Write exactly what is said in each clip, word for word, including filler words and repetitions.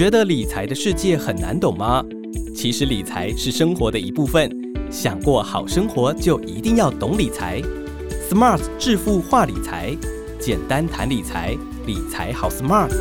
觉得理财的世界很难懂吗？其实理财是生活的一部分，想过好生活就一定要懂理财。Smart 致富话理财，简单谈理财，理财好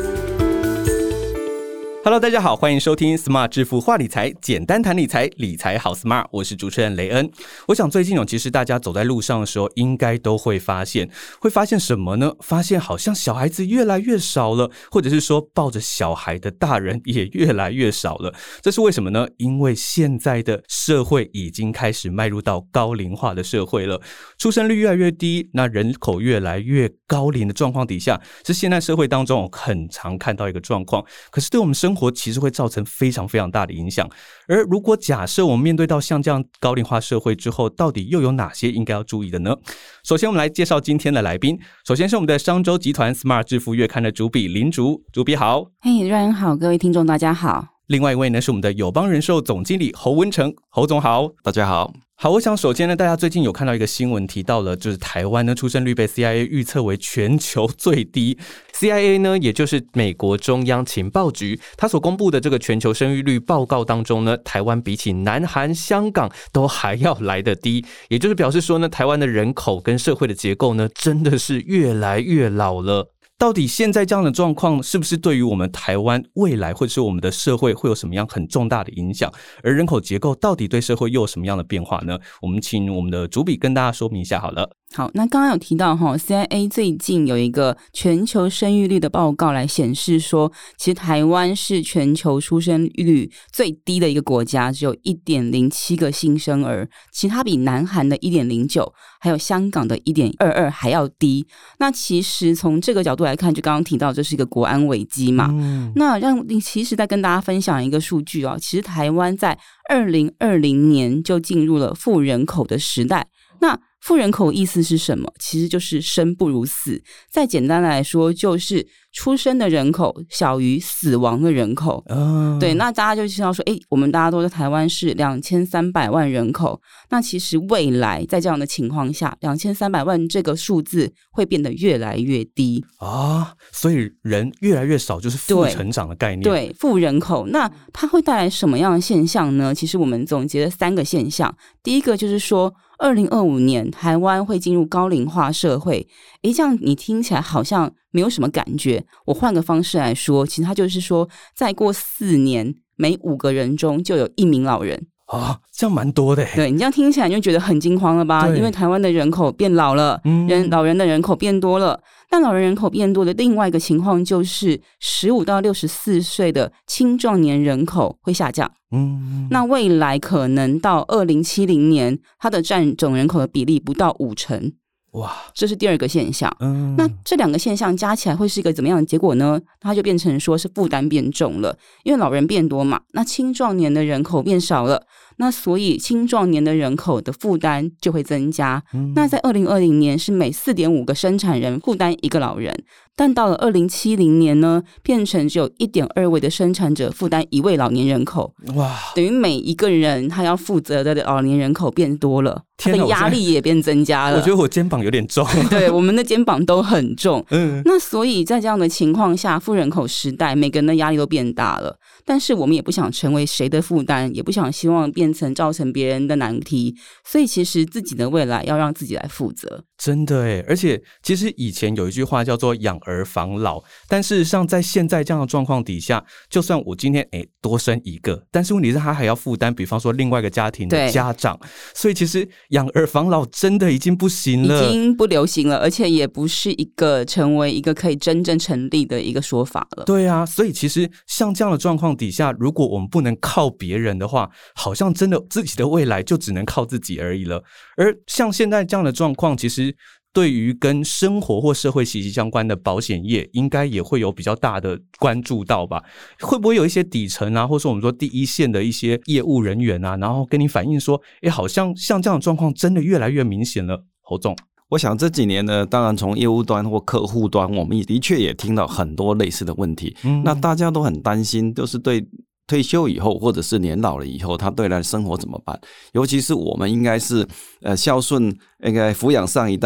Smart。Hello， 大家好，欢迎收听 Smart 致富话理财，简单谈理财，理财好 Smart。我是主持人雷恩。我想最近哦，其实大家走在路上的时候，应该都会发现，会发现什么呢？发现好像小孩子越来越少了，或者是说抱着小孩的大人也越来越少了。这是为什么呢？因为现在的社会已经开始迈入到高龄化的社会了，出生率越来越低，那人口越来越高龄的状况底下，是现在社会当中很常看到一个状况。可是对我们生活其实会造成非常非常大的影响。而如果假设我们面对到像这样高龄化社会之后，到底又有哪些应该要注意的呢？首先我们来介绍今天的来宾。首先是我们的商周集团 Smart 致富月刊的主笔林竹，主笔好。 嘿，瑞恩好，各位听众大家好。 另外一位呢是我们的友邦人寿总经理侯文成，侯总好。 大家好。 好，我想首先呢，大家最近有看到一个新闻，提到了就是台湾呢出生率被 C I A 预测为全球最低。C I A 呢，也就是美国中央情报局，它所公布的这个全球生育率报告当中呢，台湾比起南韩、香港都还要来得低，也就是表示说呢，台湾的人口跟社会的结构呢，真的是越来越老了。到底现在这样的状况是不是对于我们台湾未来或者是我们的社会会有什么样很重大的影响？而人口结构到底对社会又有什么样的变化呢？我们请我们的主笔跟大家说明一下好了。 好，那刚刚有提到 C I A 最近有一个全球生育率的报告来显示说，其实台湾是全球出生率最低的一个国家，只有 一点零七 个新生儿，其实它比南韩的 一点零九 还有香港的 一点二二 还要低。那其实从这个角度来看，就刚刚提到这是一个国安危机嘛、嗯、那让你其实再跟大家分享一个数据哦，其实台湾在二零二零年就进入了负人口的时代。那负人口意思是什么？其实就是生不如死，再简单来说就是出生的人口小于死亡的人口、哦、对，那大家就知道说，诶，我们大家都在台湾是两千三百万人口，那其实未来在这样的情况下，两千三百万这个数字会变得越来越低啊，所以人越来越少就是负成长的概念。 对，对，负人口，那它会带来什么样的现象呢？其实我们总结了三个现象。第一个就是说二零二五年台湾会进入高龄化社会。诶，这样你听起来好像没有什么感觉，我换个方式来说，其实它就是说再过四年每五个人中就有一名老人啊，这样蛮多的。 对，你这样听起来就觉得很惊慌了吧？因为台湾的人口变老了、嗯、人老人的人口变多了。但老人人口变多的另外一个情况就是十五到六十四岁的青壮年人口会下降。嗯，那未来可能到二零七零年它的占总人口的比例不到五成。哇，这是第二个现象、嗯、那这两个现象加起来会是一个怎么样的结果呢？它就变成说是负担变重了，因为老人变多嘛，那青壮年的人口变少了，那所以青壮年的人口的负担就会增加、嗯、那在二零二零年是每 四点五 个生产人负担一个老人，但到了二零七零年呢，变成只有 一点二 位的生产者负担一位老年人口。哇，等于每一个人他要负责的老年人口变多了，他的压力也变增加了。 我觉得我肩膀有点重。 对，我们的肩膀都很重。嗯，那所以在这样的情况下，负人口时代，每个人的压力都变大了。但是我们也不想成为谁的负担，也不想希望变成造成别人的难题，所以其实自己的未来要让自己来负责。 真的耶，而且其实以前有一句话叫做养儿防老，但事实上在现在这样的状况底下，就算我今天诶多生一个，但是问题是他还要负担比方说另外一个家庭的家长，所以其实养儿防老真的已经不行了， 已经不流行了，而且也不是一个成为一个可以真正成立的一个说法了。 对啊，所以其实像这样的状况底下，如果我们不能靠别人的话，好像真的自己的未来就只能靠自己而已了。而像现在这样的状况，其实对于跟生活或社会息息相关的保险业应该也会有比较大的关注到吧？会不会有一些底层啊，或者说我们说第一线的一些业务人员啊，然后跟你反映说诶，好像像这样的状况真的越来越明显了。侯总， 我想这几年呢，当然从业务端或客户端，我们的确也听到很多类似的问题、嗯、那大家都很担心，就是对退休以后或者是年老了以后，他对他的生活怎么办？尤其是我们应该是呃孝顺应该抚养上一代的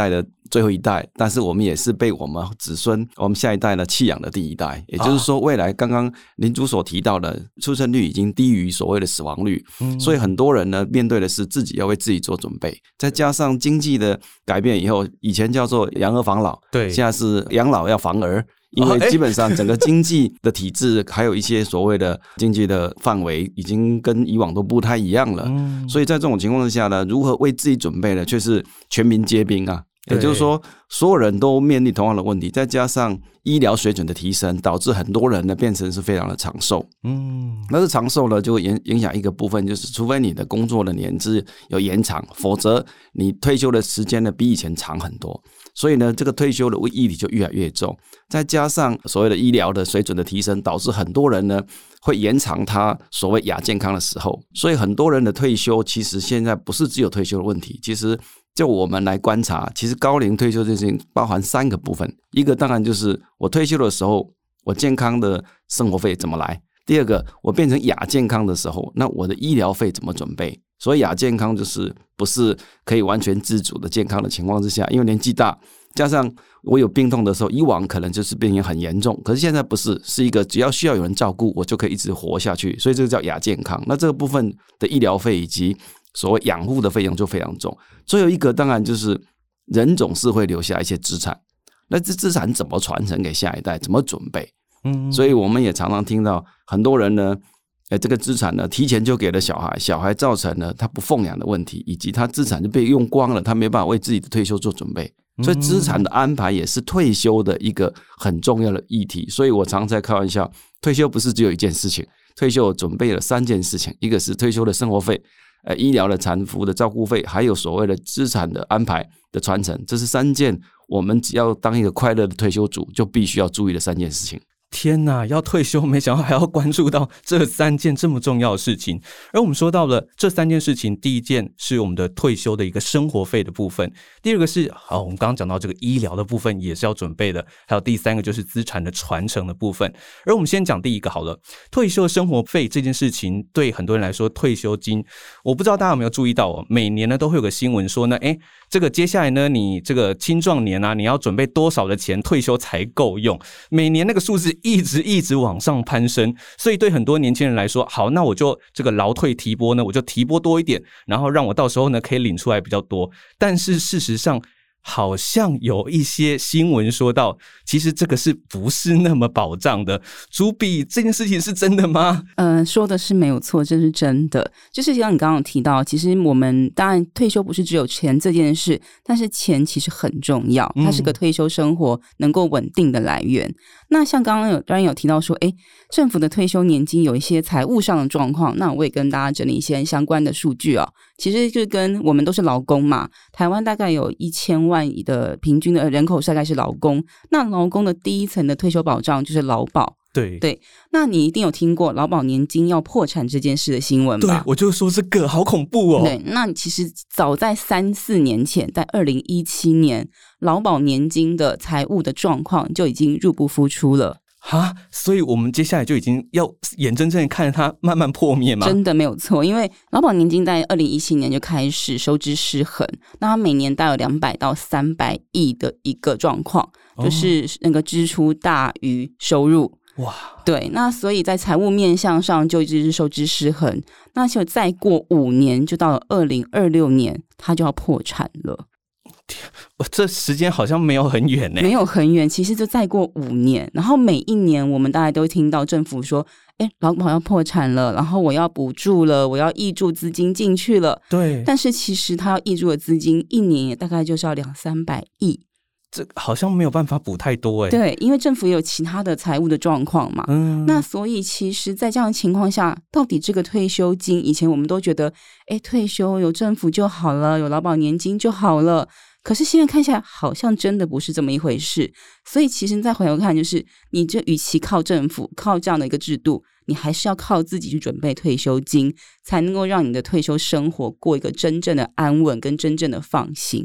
最后一代，但是我们也是被我们子孙我们下一代呢弃养的第一代。也就是说未来刚刚林主所提到的出生率已经低于所谓的死亡率、嗯、所以很多人呢面对的是自己要为自己做准备，再加上经济的改变以后，以前叫做养儿防老，对，现在是养老要防儿，因为基本上整个经济的体制还有一些所谓的经济的范围已经跟以往都不太一样了、嗯、所以在这种情况之下呢，如何为自己准备呢，却是全民皆兵啊。也就是说所有人都面临同样的问题，再加上医疗水准的提升，导致很多人呢变成是非常的长寿。嗯，那这长寿呢就会影响一个部分，就是除非你的工作的年资有延长，否则你退休的时间呢比以前长很多。所以呢这个退休的议题就越来越重，再加上所谓的医疗的水准的提升，导致很多人呢会延长他所谓亚健康的时候。所以很多人的退休其实现在不是只有退休的问题，其实就我们来观察，其实高龄退休这件事情包含三个部分。一个当然就是我退休的时候我健康的生活费怎么来，第二个我变成亚健康的时候，那我的医疗费怎么准备。所以亚健康就是不是可以完全自主的健康的情况之下，因为年纪大加上我有病痛的时候，以往可能就是病情很严重，可是现在不是，是一个只要需要有人照顾我就可以一直活下去，所以这个叫亚健康。那这个部分的医疗费以及所谓养护的费用就非常重。最后一个当然就是人总是会留下一些资产，那这资产怎么传承给下一代，怎么准备。嗯，所以我们也常常听到很多人呢欸、这个资产呢提前就给了小孩，小孩造成了他不奉养的问题，以及他资产就被用光了，他没办法为自己的退休做准备。所以资产的安排也是退休的一个很重要的议题。所以我常在开玩笑，退休不是只有一件事情，退休准备了三件事情，一个是退休的生活费、呃、医疗的产妇的照顾费，还有所谓的资产的安排的传承。这是三件我们只要当一个快乐的退休主就必须要注意的三件事情。 天哪，要退休没想到还要关注到这三件这么重要的事情。而我们说到了这三件事情，第一件是我们的退休的一个生活费的部分，第二个是好，我们刚刚讲到这个医疗的部分也是要准备的，还有第三个就是资产的传承的部分。而我们先讲第一个好了，退休生活费这件事情对很多人来说，退休金我不知道大家有没有注意到哦，每年呢都会有个新闻说呢，诶这个接下来呢你这个青壮年啊，你要准备多少的钱退休才够用，每年那个数字一直一直往上攀升。所以对很多年轻人来说，好，那我就这个劳退提拨呢，我就提拨多一点，然后让我到时候呢可以领出来比较多。但是事实上好像有一些新闻说到，其实这个是不是那么保障的。主笔，这件事情是真的吗？ 嗯、呃，说的是没有错，这是真的。就是像你刚刚有提到，其实我们当然退休不是只有钱这件事，但是钱其实很重要，它是个退休生活能够稳定的来源。嗯、那像刚刚有当然有提到说，诶，政府的退休年金有一些财务上的状况，那我也跟大家整理一些相关的数据哦。其实就跟我们都是劳工嘛，台湾大概有一千万的平均的人口大概是劳工，那劳工的第一层的退休保障就是劳保。 对对，那你一定有听过劳保年金要破产这件事的新闻吧？ 对，我就说这个好恐怖哦。 对，那其实早在三四年前，在二零一七年，劳保年金的财务的状况就已经入不敷出了。 哈，所以我们接下来就已经要眼睁睁地看着它慢慢破灭吗？ 真的没有错，因为劳保年金在二零一七年就开始收支失衡，那它每年大有两百到三百亿的一个状况，哦、就是那个支出大于收入。哇，对，那所以在财务面向上就一直是收支失衡，那就再过五年，就到了二零二六年，它就要破产了。 这时间好像没有很远呢， 没有很远，其实就再过五年，然后每一年我们大家都会听到政府说，哎，劳保要破产了，然后我要补助了，我要挹注资金进去了。对，但是其实他要挹注的资金一年也大概就是要两三百亿。 这好像没有办法补太多哎。 对，因为政府也有其他的财务的状况嘛。嗯，那所以其实在这样的情况下，到底这个退休金，以前我们都觉得哎，退休有政府就好了，有劳保年金就好了，可是现在看起来好像真的不是这么一回事。所以其实再回头看，就是你这与其靠政府靠这样的一个制度，你还是要靠自己去准备退休金，才能够让你的退休生活过一个真正的安稳跟真正的放心。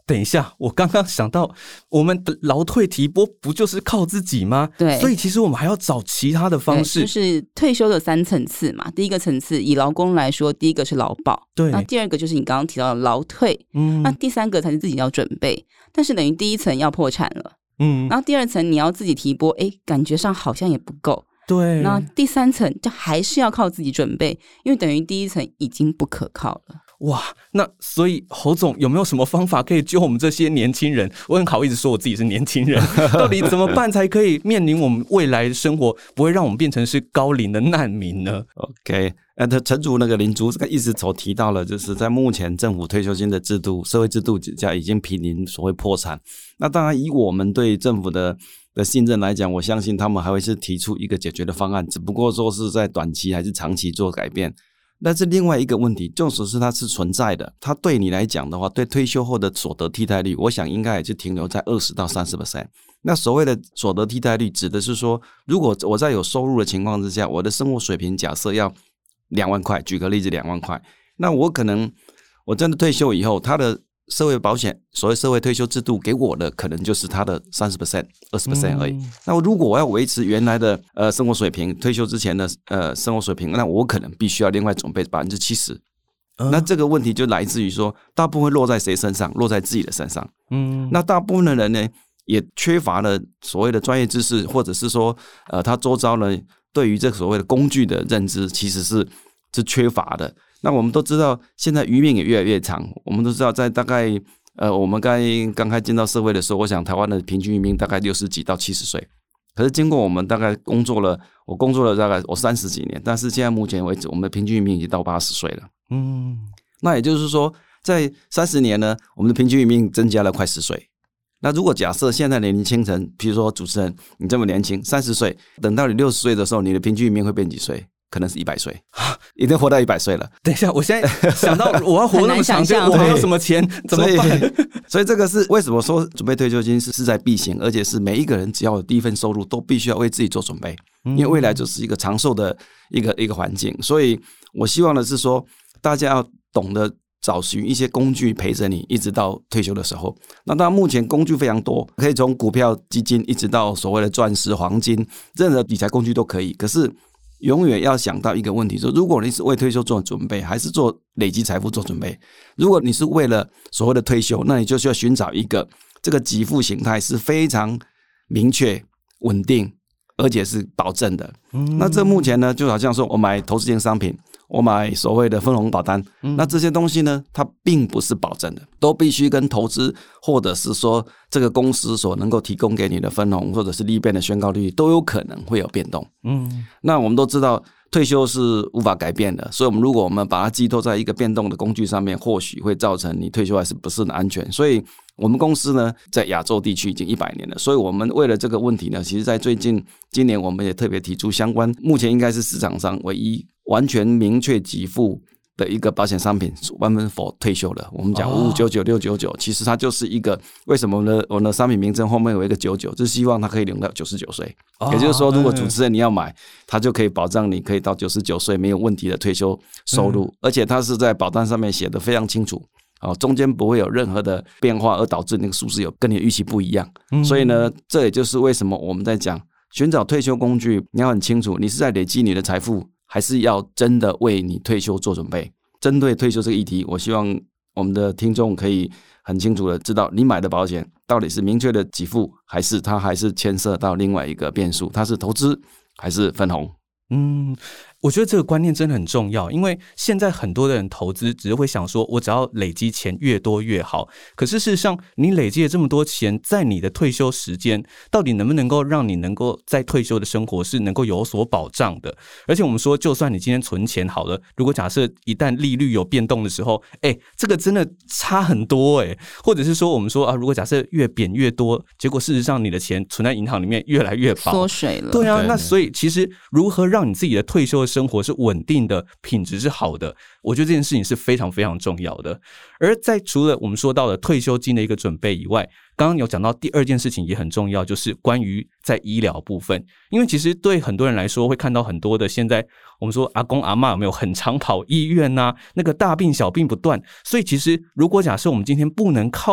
等一下，我刚刚想到，我们的劳退提拨不就是靠自己吗？ 对， 所以其实我们还要找其他的方式， 就是退休的三层次嘛。第一个层次以劳工来说，第一个是劳保， 对， 那第二个就是你刚刚提到的劳退， 嗯， 那第三个才是自己要准备。但是等于第一层要破产了， 嗯， 然后第二层你要自己提拨，哎，感觉上好像也不够。 对， 那第三层就还是要靠自己准备，因为等于第一层已经不可靠了。 哇，那所以侯总有没有什么方法可以救我们这些年轻人？我很好意思说我自己是年轻人，到底怎么办才可以面临我们未来的生活，不会让我们变成是高龄的难民呢 ？OK， 呃，陈竹那个林竹这个一直所提到了，就是在目前政府退休金的制度、社会制度之下，已经濒临所谓破产。那当然，以我们对政府的的信任来讲，我相信他们还会是提出一个解决的方案，只不过说是在短期还是长期做改变。但是另外一个问题，纵使是它是存在的，它对你来讲的话，对退休后的所得替代率，我想应该也就停留在 百分之二十到百分之三十。 那所谓的所得替代率指的是说，如果我在有收入的情况之下，我的生活水平假设要两万块，举个例子两万块，那我可能我真的退休以后，他的社会保险所谓社会退休制度给我的可能就是它的 百分之三十 百分之二十 而已、嗯、那如果我要维持原来的呃生活水平，退休之前的呃生活水平，那我可能必须要另外准备 百分之七十、嗯、那这个问题就来自于说大部分落在谁身上？落在自己的身上。嗯，那大部分的人呢也缺乏了所谓的专业知识，或者是说呃他周遭呢对于这所谓的工具的认知其实是是缺乏的。那我们都知道现在余命也越来越长，我们都知道在大概呃我们刚刚开进到社会的时候，我想台湾的平均余命大概六十几到七十岁，可是经过我们大概工作了，我工作了大概我三十几年，但是现在目前为止我们的平均余命已经到八十岁了。嗯，那也就是说在三十年呢，我们的平均余命增加了快十岁。那如果假设现在的年轻人，比如说主持人你这么年轻三十岁，等到你六十岁的时候，你的平均余命会变几岁？可能是一百岁，已经活到一百岁了。 等一下，我现在想到我要活那么长久，我没有什么钱怎么办？ 所以, 所以这个是为什么说准备退休金是势在必行，而且是每一个人只要有第一份收入，都必须要为自己做准备，因为未来就是一个长寿的一个一个环境。所以我希望的是说，大家要懂得找寻一些工具陪着你，一直到退休的时候。那当然，目前工具非常多，可以从股票、基金一直到所谓的钻石、黄金，任何理财工具都可以。可是永远要想到一个问题，说如果你是为退休做准备，还是做累积财富做准备？如果你是为了所谓的退休，那你就需要寻找一个这个给付形态是非常明确、稳定，而且是保证的。嗯、那这目前呢，就好像说我买投资型商品，我买所谓的分红保单、嗯，那这些东西呢，它并不是保证的，都必须跟投资或者是说这个公司所能够提供给你的分红或者是利变的宣告利率都有可能会有变动。嗯，那我们都知道退休是无法改变的，所以我们如果我们把它寄托在一个变动的工具上面，或许会造成你退休还是不是很安全。所以我们公司呢，在亚洲地区已经一百年了，所以我们为了这个问题呢，其实在最近今年我们也特别提出相关，目前应该是市场上唯一完全明确给付的一个保险商品，专门 for 退休的。我们讲五五九九六九九，其实它就是一个为什么呢？我的商品名称后面有一个九九，就是希望它可以领到九十九岁。也就是说，如果主持人你要买，它就可以保障你可以到九十九岁没有问题的退休收入，嗯、而且它是在保单上面写的非常清楚。哦，中间不会有任何的变化，而导致那个数字有跟你的预期不一样。嗯、所以呢，这也就是为什么我们在讲寻找退休工具，你要很清楚，你是在累积你的财富，还是要真的为你退休做准备。针对退休这个议题，我希望我们的听众可以很清楚的知道，你买的保险到底是明确的给付，还是它还是牵涉到另外一个变数，它是投资还是分红。 嗯，我觉得这个观念真的很重要，因为现在很多的人投资只是会想说我只要累积钱越多越好，可是事实上你累积了这么多钱，在你的退休时间到底能不能够让你能够在退休的生活是能够有所保障的。而且我们说就算你今天存钱好了，如果假设一旦利率有变动的时候，哎，这个真的差很多哎。或者是说我们说啊，如果假设越贬越多，结果事实上你的钱存在银行里面越来越薄， 缩水了。 对啊，那所以其实如何让让你自己的退休的生活是稳定的，品质是好的，我觉得这件事情是非常非常重要的。而在除了我们说到的退休金的一个准备以外，刚刚有讲到第二件事情也很重要，就是关于在医疗部分。因为其实对很多人来说，会看到很多的现在我们说阿公阿嬷有没有很常跑医院啊，那个大病小病不断，所以其实如果假设我们今天不能靠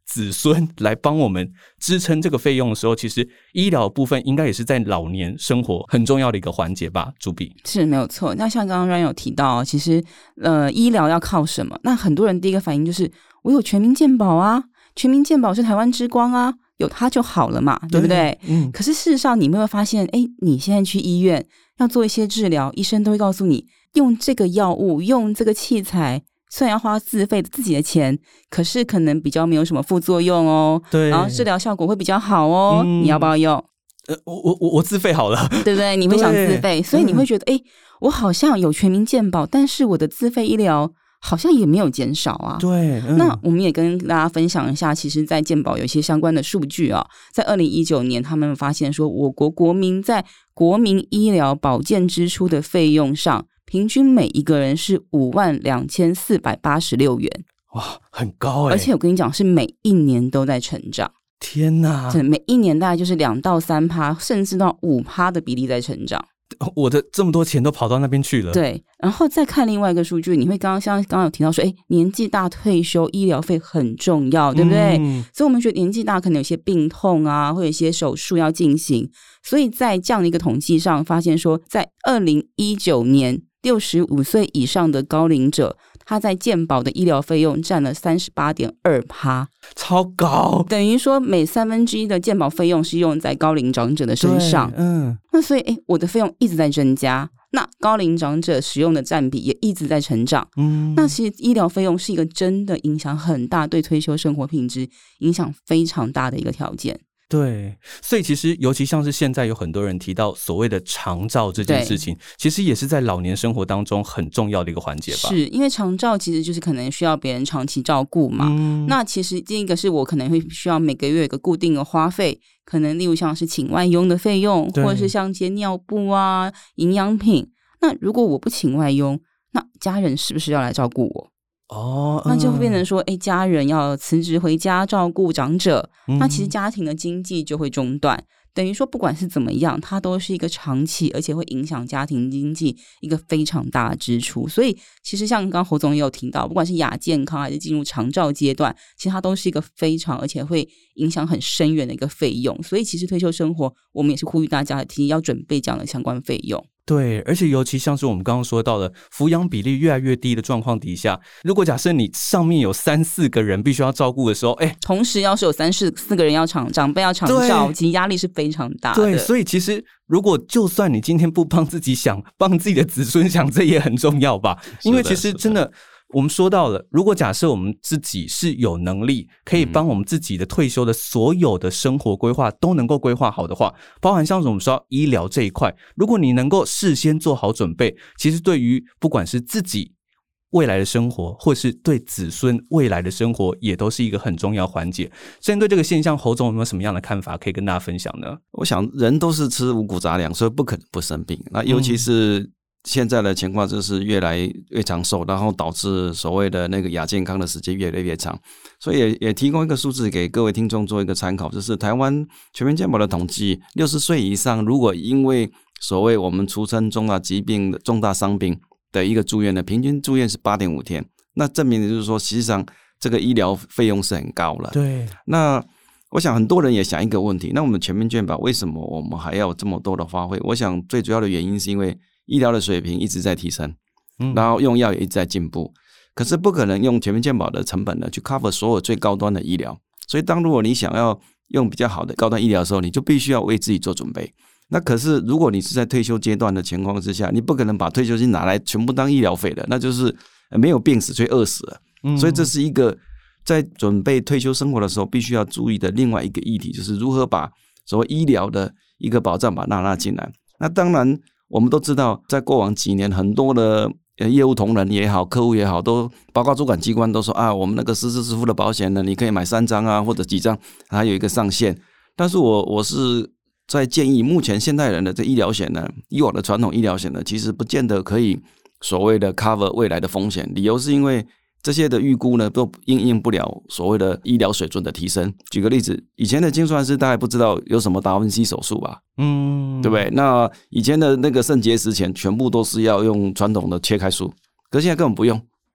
子孙来帮我们支撑这个费用的时候，其实医疗部分应该也是在老年生活很重要的一个环节吧，朱比。 是没有错。那像刚刚 Ryan 有提到，其实呃，医疗要靠什么？那很多人第一个反应就是我有全民健保啊，全民健保是台湾之光啊，有它就好了嘛， 对, 对不对？嗯。可是事实上，你没有发现，哎，你现在去医院要做一些治疗，医生都会告诉你，用这个药物，用这个器材。虽然要花自费自己的钱，可是可能比较没有什么副作用哦。对，然后治疗效果会比较好哦。嗯、你要不要用？ 呃，我我我自费好了， 对不对？你会想自费，所以你会觉得，哎、嗯，我好像有全民健保，但是我的自费医疗好像也没有减少啊。 对，嗯、 那我们也跟大家分享一下，其实在健保有一些相关的数据啊，在二零一九年，他们发现说，我国国民在国民医疗保健支出的费用上。平均每一个人是五万两千四百八十六元， 哇，很高哎、欸！ 而且我跟你讲，是每一年都在成长。 天哪， 真的每一年大概就是两到三趴，甚至到五趴的比例在成长。 我的这么多钱都跑到那边去了。 对，然后再看另外一个数据，你会刚刚像刚刚有提到说，哎，年纪大退休医疗费很重要，对不对？嗯、所以我们觉得年纪大可能有些病痛啊，或者一些手术要进行，所以在这样的一个统计上发现说，在二零一九年。六十五岁以上的高龄者，他在健保的医疗费用占了 三十八点二趴， 超高， 等于说每三分之一的健保费用是用在高龄长者的身上。嗯，那所以诶我的费用一直在增加，那高龄长者使用的占比也一直在成长。嗯，那其实医疗费用是一个真的影响很大，对退休生活品质影响非常大的一个条件。 对，所以其实尤其像是现在有很多人提到所谓的长照这件事情，其实也是在老年生活当中很重要的一个环节吧。 是因为长照其实就是可能需要别人长期照顾嘛。嗯、那其实第一个是我可能会需要每个月有个固定的花费，可能例如像是请外佣的费用，或者是像接尿布啊、营养品。那如果我不请外佣，那家人是不是要来照顾我？哦，那就会变成说，哎，家人要辞职回家照顾长者，嗯、那其实家庭的经济就会中断。等于说，不管是怎么样，它都是一个长期，而且会影响家庭经济一个非常大的支出。所以，其实像刚刚侯总也有提到，不管是亚健康还是进入长照阶段，其实它都是一个非常而且会影响很深远的一个费用。所以，其实退休生活，我们也是呼吁大家提要准备这样的相关费用。 对，而且尤其像是我们刚刚说到的抚养比例越来越低的状况底下，如果假设你上面有三四个人必须要照顾的时候，哎， 同时要是有三四四个人要长长辈要长照，其实压力是非常大的。 对，所以其实如果就算你今天不帮自己想，帮自己的子孙想，这也很重要吧？因为其实真的。我们说到了，如果假设我们自己是有能力可以帮我们自己的退休的所有的生活规划都能够规划好的话，包含像是我们说医疗这一块，如果你能够事先做好准备，其实对于不管是自己未来的生活，或是对子孙未来的生活，也都是一个很重要环节。针对这个现象，侯总有没有什么样的看法可以跟大家分享呢？ 我想人都是吃五谷杂粮，所以不可能不生病。那尤其是、嗯现在的情况就是越来越长寿，然后导致所谓的那个亚健康的时间越来越长，所以 也, 也提供一个数字给各位听众做一个参考，就是台湾全民健保的统计，六十岁以上如果因为所谓我们俗称重大疾病的重大伤病的一个住院呢，平均住院是 八点五天，那证明的就是说实际上这个医疗费用是很高了。 对，那我想很多人也想一个问题，那我们全民健保为什么我们还要有这么多的花费？我想最主要的原因是因为医疗的水平一直在提升，然后用药也一直在进步，可是不可能用全民健保的成本呢去 cover 所有最高端的医疗，所以当如果你想要用比较好的高端医疗的时候，你就必须要为自己做准备。那可是如果你是在退休阶段的情况之下，你不可能把退休金拿来全部当医疗费的，那就是没有病死就饿死了。所以这是一个在准备退休生活的时候必须要注意的另外一个议题，就是如何把所谓医疗的一个保障把它纳进来。那当然我们都知道，在过往几年，很多的业务同仁也好，客户也好，都包括主管机关都说啊，我们那个实支实付的保险呢，你可以买三张啊，或者几张，还有一个上限。但是我我是在建议，目前现代人的这医疗险呢，以往的传统医疗险呢，其实不见得可以所谓的 cover 未来的风险。理由是因为这些的预估呢，都因应不了所谓的医疗水准的提升。举个例子，以前的精算师大概不知道有什么达文西手术吧，嗯，对不对？那以前的那个肾结石前全部都是要用传统的切开术，可是现在根本不用，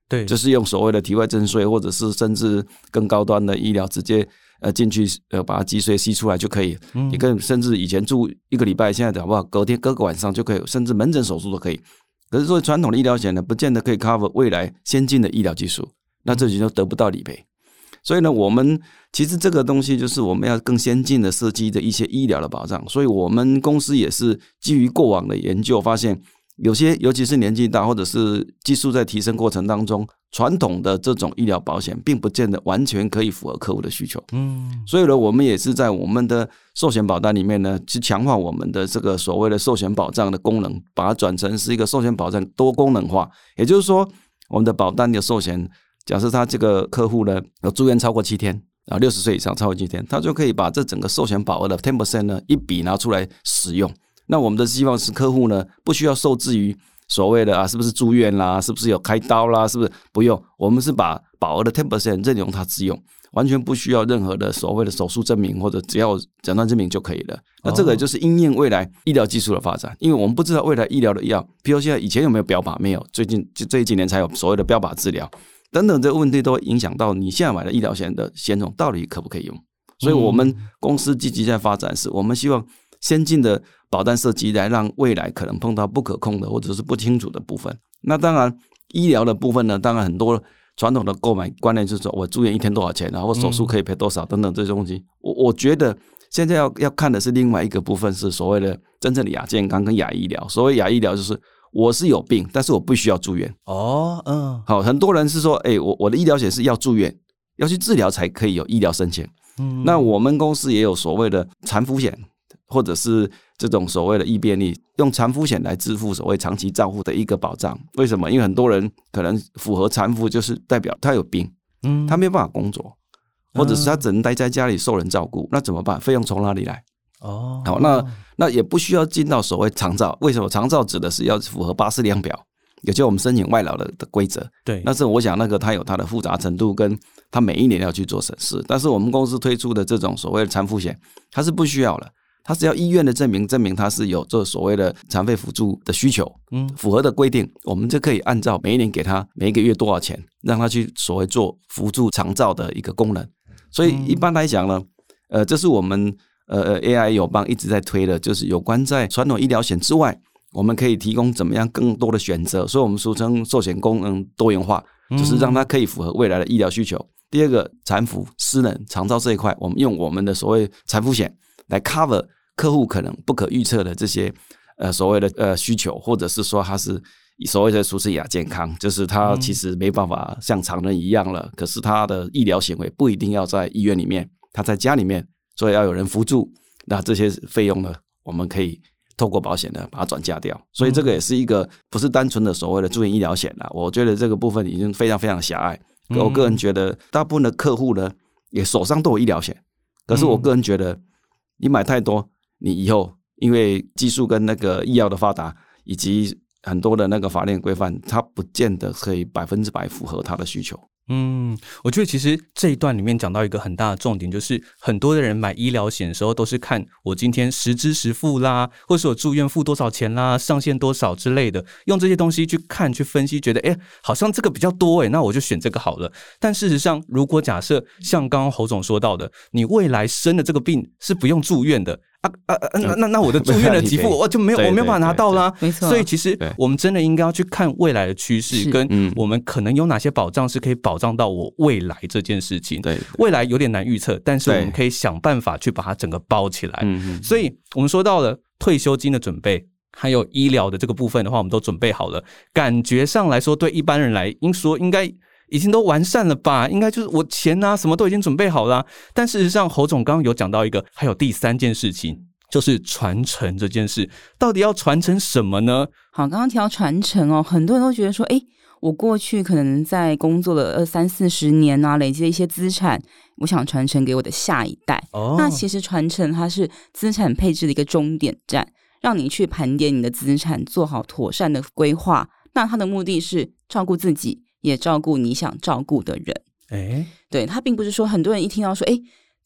对， 就是用所谓的体外震碎，或者是甚至更高端的医疗直接呃进去呃把它脊髓吸出来就可以。嗯，你跟甚至以前住一个礼拜，现在好不好？隔天隔个晚上就可以，甚至门诊手术都可以。可是说传统的医疗险呢，不见得可以 cover 未来先进的医疗技术，那这就得不到理赔。所以呢，我们其实这个东西就是我们要更先进的设计的一些医疗的保障。所以我们公司也是基于过往的研究，发现有些尤其是年纪大或者是技术在提升过程当中，传统的这种医疗保险并不见得完全可以符合客户的需求。嗯，所以呢，我们也是在我们的寿险保单里面呢，去强化我们的这个所谓的寿险保障的功能，把它转成是一个寿险保障多功能化。也就是说，我们的保单的寿险，假设他这个客户呢有住院超过七天啊，六十岁以上超过七天，他就可以把这整个寿险保额的 百分之十 呢一笔拿出来使用。那我们的希望是客户呢不需要受制于所谓的啊是不是住院啦，是不是有开刀啦，是不是不用，我们是把保额的 百分之十 任由他自用，完全不需要任何的所谓的手术证明或者只要诊断证明就可以了。那这个就是因应未来医疗技术的发展，因为我们不知道未来医疗的药，比如现在以前有没有标靶，没有，最近就这几年才有所谓的标靶治疗等等，这个问题都会影响到你现在买的医疗险的险种到底可不可以用。所以我们公司积极在发展是，我们希望先进的保单设计来让未来可能碰到不可控的或者是不清楚的部分。那当然医疗的部分呢，当然很多传统的购买观念就是说我住院一天多少钱，然后手术可以赔多少等等这些东西。我我觉得现在要要看的是另外一个部分，是所谓的真正的亚健康跟亚医疗。所谓亚医疗就是我是有病，但是我不需要住院。哦，嗯，好，很多人是说，哎、欸，我我的医疗险是要住院，要去治疗才可以有医疗申请。嗯，那我们公司也有所谓的残扶险，或者是这种所谓的易便利，用残扶险来支付所谓长期照护的一个保障。为什么？因为很多人可能符合残扶，就是代表他有病，嗯，他没有办法工作，或者是他只能待在家里受人照顾，那怎么办？费用从哪里来？哦，好，那那也不需要进到所谓长照。为什么？长照指的是要符合巴氏量表，也就是我们申请外劳 的, 的规则。对，但是我想那个它有它的复杂程度，跟它每一年要去做审视。但是我们公司推出的这种所谓的残扶险，它是不需要了，它只要医院的证明，证明它是有这所谓的残废辅助的需求，嗯，符合的规定，我们就可以按照每一年给他每一个月多少钱，让他去所谓做辅助长照的一个功能。所以一般来讲呢，呃，这是我们呃 A I 友邦一直在推的，就是有关在传统医疗险之外，我们可以提供怎么样更多的选择。所以我们俗称寿险功能多元化，就是让它可以符合未来的医疗需求。第二个，残扶、失能、长照这一块，我们用我们的所谓残扶险来 cover 客户可能不可预测的这些呃所谓的呃需求，或者是说它是所谓的俗称亚健康，就是他其实没办法像常人一样了，可是他的医疗行为不一定要在医院里面，他在家里面，所以要有人辅助，那这些费用呢，我们可以透过保险呢把它转嫁掉。所以这个也是一个不是单纯的所谓的住院医疗险啦，我觉得这个部分已经非常非常狭隘。我个人觉得大部分的客户呢也手上都有医疗险，可是我个人觉得你买太多，你以后因为技术跟那个医药的发达以及很多的那个法令规范，它不见得可以百分之百符合他的需求。 嗯，我觉得其实这一段里面讲到一个很大的重点，就是很多的人买医疗险的时候都是看我今天实支实付啦，或是我住院付多少钱啦，上限多少之类的，用这些东西去看去分析，觉得哎，好像这个比较多哎，那我就选这个好了。但事实上，如果假设像刚刚侯总说到的，你未来生的这个病是不用住院的。啊啊啊！那那那我的住院的给付我就没有，我没有办法拿到啦。 没错， 所以其实我们真的应该要去看未来的趋势，跟我们可能有哪些保障是可以保障到我未来这件事情。对，未来有点难预测，但是我们可以想办法去把它整个包起来。所以我们说到了退休金的准备，还有医疗的这个部分的话，我们都准备好了。感觉上来说，对一般人来应说应该已经都完善了吧，应该就是我钱啊什么都已经准备好了。但事实上侯总刚刚有讲到一个，还有第三件事情，就是传承这件事，到底要传承什么呢？ 好，刚刚提到传承哦，很多人都觉得说，诶，我过去可能在工作了二三四十年啊，累积了一些资产，我想传承给我的下一代。哦，那其实传承它是资产配置的一个终点站，让你去盘点你的资产，做好妥善的规划。那它的目的是照顾自己，也照顾你想照顾的人。诶，对，它并不是说很多人一听到说，诶，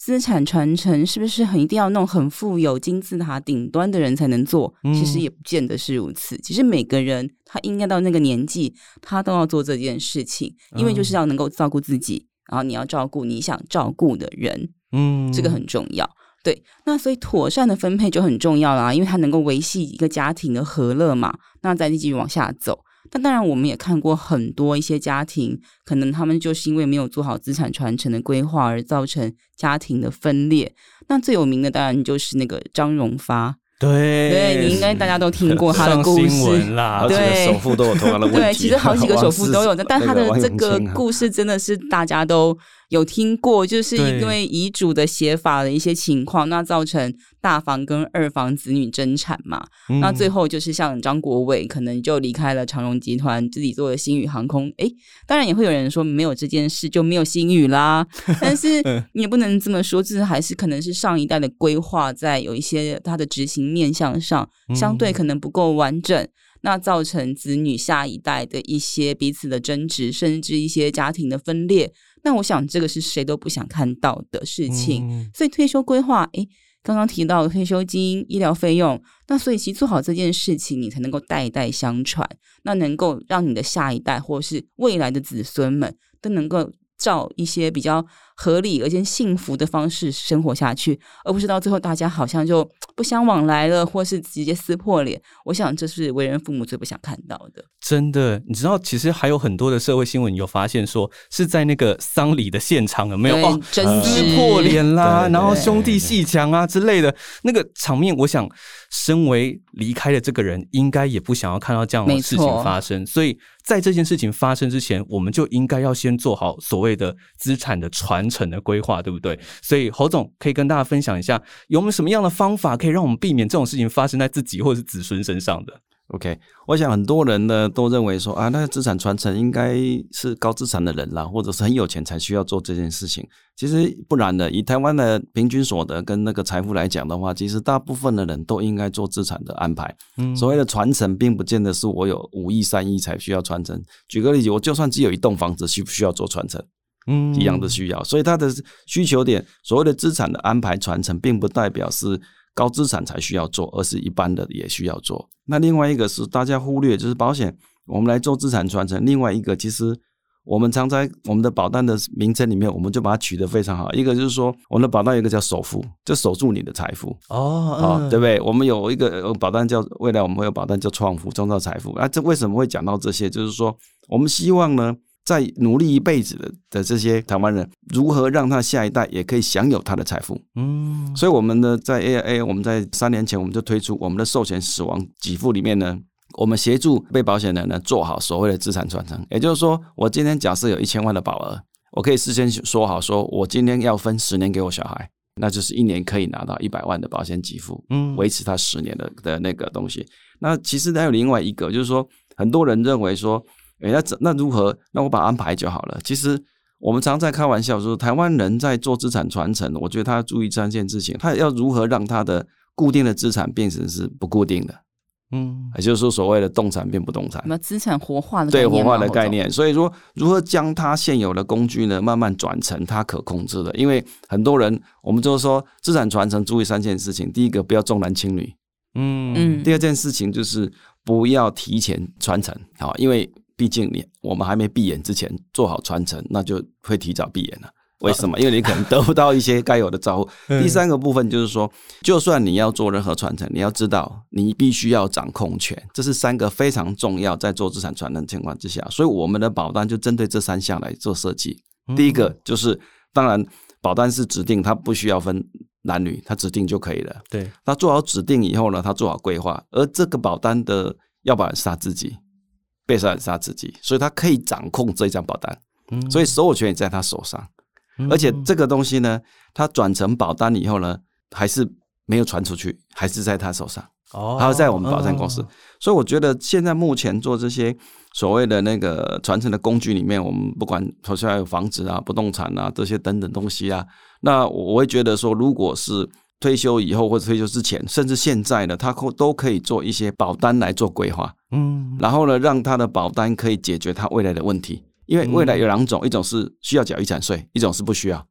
资产传承是不是很一定要弄很富有金字塔顶端的人才能做？其实也不见得是如此。其实每个人他应该到那个年纪，他都要做这件事情，因为就是要能够照顾自己，然后你要照顾你想照顾的人，嗯，这个很重要。对，那所以妥善的分配就很重要啦，因为它能够维系一个家庭的和乐嘛。那再继续往下走。但当然我们也看过很多一些家庭，可能他们就是因为没有做好资产传承的规划而造成家庭的分裂。那最有名的当然就是那个张荣发， 对， 对，你应该大家都听过他的故事， 上新闻啦， 好几个首富都有同样的问题。 对，其实好几个首富都有的，但他的这个故事真的是大家都有听过，就是因为遗嘱的写法的一些情况，那造成大房跟二房子女争产嘛、嗯、那最后就是像张国伟可能就离开了长荣集团，自己做了星宇航空。诶，当然也会有人说没有这件事就没有星宇啦，但是你也不能这么说，这还是可能是上一代的规划在有一些它的执行面向上相对可能不够完整、嗯，那造成子女下一代的一些彼此的争执，甚至一些家庭的分裂。那我想这个是谁都不想看到的事情、嗯、所以退休规划，诶，刚刚提到的退休金、医疗费用，那所以其实做好这件事情你才能够代代相传，那能够让你的下一代或是未来的子孙们都能够照一些比较合理而且幸福的方式生活下去，而不是到最后大家好像就不相往来了，或是直接撕破脸。我想这是为人父母最不想看到的。 真的，你知道其实还有很多的社会新闻有发现说是在那个丧礼的现场有没有哦， 争撕破脸啦，然后兄弟阋墙啊之类的那个场面，我想身为离开的这个人应该也不想要看到这样的事情发生，所以在这件事情发生之前，我们就应该要先做好所谓的资产的传承的规划，对不对？所以侯总可以跟大家分享一下，有没有什么样的方法可以让我们避免这种事情发生在自己或者是子孙身上的？ OK， 我想很多人呢都认为说啊，那个资产传承应该是高资产的人啦，或者是很有钱才需要做这件事情。其实不然的，以台湾的平均所得跟那个财富来讲的话，其实大部分的人都应该做资产的安排。嗯，所谓的传承，并不见得是我有五亿、三亿才需要传承。举个例子，我就算只有一栋房子，需不需要做传承？嗯，一样的需要。所以它的需求点，所谓的资产的安排传承，并不代表是高资产才需要做，而是一般的也需要做。那另外一个是大家忽略，就是保险，我们来做资产传承。另外一个，其实我们常在我们的保单的名称里面，我们就把它取得非常好。一个就是说，我们的保单有一个叫守富，就守住你的财富。哦，嗯哦，对不对？我们有一个保单叫未来，我们会有保单叫创富，创造财富。那、啊、这为什么会讲到这些？就是说，我们希望呢，在努力一辈子 的, 的这些台湾人，如何让他下一代也可以享有他的财富。嗯，所以我们呢，在 A I A， 我们在三年前我们就推出我们的寿险死亡给付里面呢，我们协助被保险人呢做好所谓的资产传承。也就是说，我今天假设有一千万的保额，我可以事先说好，说我今天要分十年给我小孩，那就是一年可以拿到一百万的保险给付，嗯，维持他十年 的, 的那个东西。那其实还有另外一个，就是说很多人认为说，欸、那, 那如何？那我把它安排就好了。其实我们常在开玩笑说，台湾人在做资产传承，我觉得他要注意三件事情：他要如何让他的固定的资产变成是不固定的，嗯，也就是说所谓的动产变不动产， 那资产活化的概念， 对，活化的概念。所以说，如何将他现有的工具呢，慢慢转成他可控制的？因为很多人，我们就说资产传承注意三件事情：第一个，不要重男轻女，嗯，第二件事情就是不要提前传承，好，因为毕竟你我们还没闭眼之前做好传承，那就会提早闭眼了。为什么？因为你可能得不到一些该有的照顾。第三个部分就是说，就算你要做任何传承，你要知道你必须要掌控权，这是三个非常重要在做资产传承情况之下，所以我们的保单就针对这三项来做设计。第一个就是当然保单是指定，它不需要分男女，它指定就可以了。对，它做好指定以后呢，它做好规划，而这个保单的要保人是他自己，被受人是他自己，所以他可以掌控这张保单，所以所有权也在他手上。而且这个东西呢，它转成保单以后呢，还是没有传出去，还是在他手上，还是在我们保单公司。所以我觉得现在目前做这些所谓的那个传承的工具里面，我们不管好像有房子啊、不动产啊这些等等东西啊，那我会觉得说，如果是退休以后或者退休之前，甚至现在呢，他都可以做一些保单来做规划，嗯，然后呢，让他的保单可以解决他未来的问题。因为未来有两种，一种是需要缴遗产税，一种是不需要。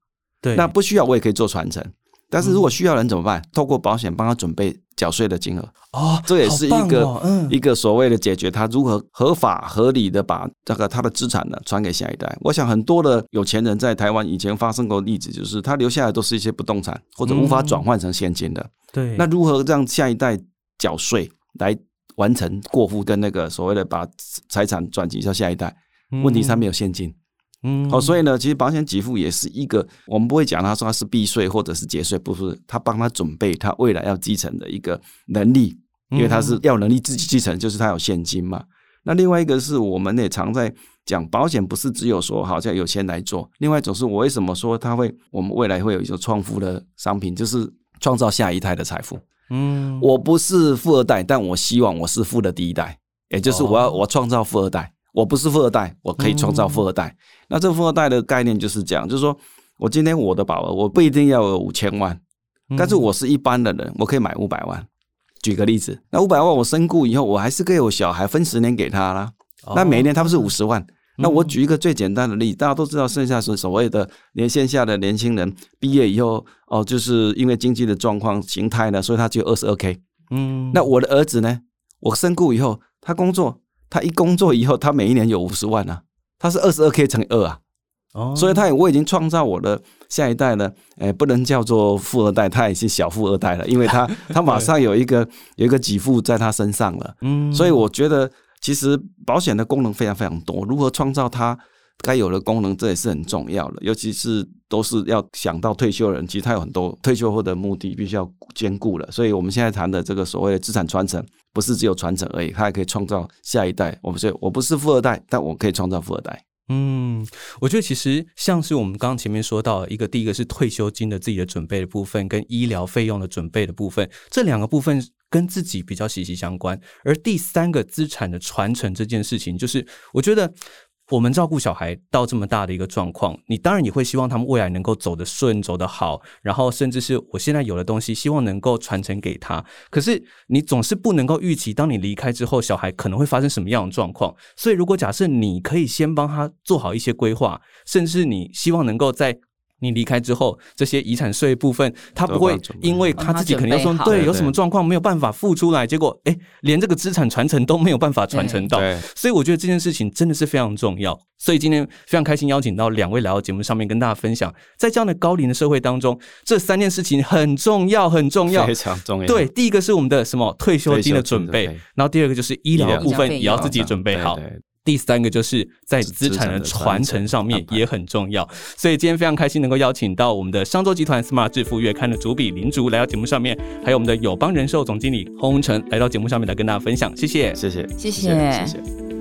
对， 那不需要我也可以做传承。但是如果需要人怎么办？透过保险帮他准备缴税的金额哦， 这也是一个、 哦嗯、 一个所谓的解决他如何合法合理的把这个他的资产呢传给下一代。我想很多的有钱人在台湾以前发生过的例子，就是他留下来都是一些不动产或者无法转换成现金的。 嗯、对， 那如何让下一代缴税来完成过户跟那个所谓的把财产转移到下一代？嗯、问题是他没有现金。嗯，好、哦，所以呢，其实保险给付也是一个，我们不会讲他说他是避税或者是节税，不是，他帮他准备他未来要继承的一个能力，因为他是要能力自己继承，就是他有现金嘛。那另外一个是我们也常在讲，保险不是只有说好像有钱来做，另外一种是我为什么说他会，我们未来会有一种创富的商品，就是创造下一代的财富。嗯，我不是富二代，但我希望我是富的第一代，也就是我要、哦、我创造富二代。我不是富二代，我可以创造富二代。嗯、那这个富二代的概念就是这样，就是说我今天我的保额我不一定要有五千万，嗯、但是我是一般的人，我可以买五百万。举个例子，那五百万我身故以后，我还是可以有小孩分十年给他啦。哦、那每一年他不是五十万？嗯、那我举一个最简单的例子，大家都知道，剩下是所谓的年线下的年轻人毕业以后，哦，就是因为经济的状况形态呢，所以他只有 二十二K。嗯，那我的儿子呢，我身故以后，他工作。他一工作以后，他每一年有五十万啊，他是二十二 K 乘以二啊，哦，所以他也我已经创造我的下一代呢，哎，不能叫做富二代，他也是小富二代了，因为他他马上有一个有一个给付在他身上了，嗯，所以我觉得其实保险的功能非常非常多，如何创造它该有的功能，这也是很重要的，尤其是都是要想到退休人，其实他有很多退休后的目的必须要兼顾了，所以我们现在谈的这个所谓的资产传承。不是只有传承而已，它还可以创造下一代。我不是我不是富二代，但我可以创造富二代。 嗯，我觉得其实像是我们刚刚前面说到一个，第一个是退休金的自己的准备的部分，跟医疗费用的准备的部分，这两个部分跟自己比较息息相关。而第三个资产的传承这件事情，就是我觉得我们照顾小孩到这么大的一个状况，你当然也会希望他们未来能够走得顺走得好，然后甚至是我现在有的东西希望能够传承给他，可是你总是不能够预期当你离开之后小孩可能会发生什么样的状况，所以如果假设你可以先帮他做好一些规划，甚至你希望能够在你离开之后这些遗产税部分他不会因为他自己可能要说对有什么状况没有办法付出来，结果诶连这个资产传承都没有办法传承到，所以我觉得这件事情真的是非常重要。所以今天非常开心邀请到两位来到节目上面跟大家分享，在这样的高龄的社会当中，这三件事情很重要很重要， 非常重要。 对，第一个是我们的什么退休金的准备，然后第二个就是医疗的部分也要自己准备好，对对，第三个就是在资产的传承上面也很重要。所以今天非常开心能够邀请到我们的商周集团 Smart 致富月刊的主笔林竹来到节目上面，还有我们的友邦人寿总经理洪文成来到节目上面来跟大家分享，谢谢谢谢谢谢谢谢。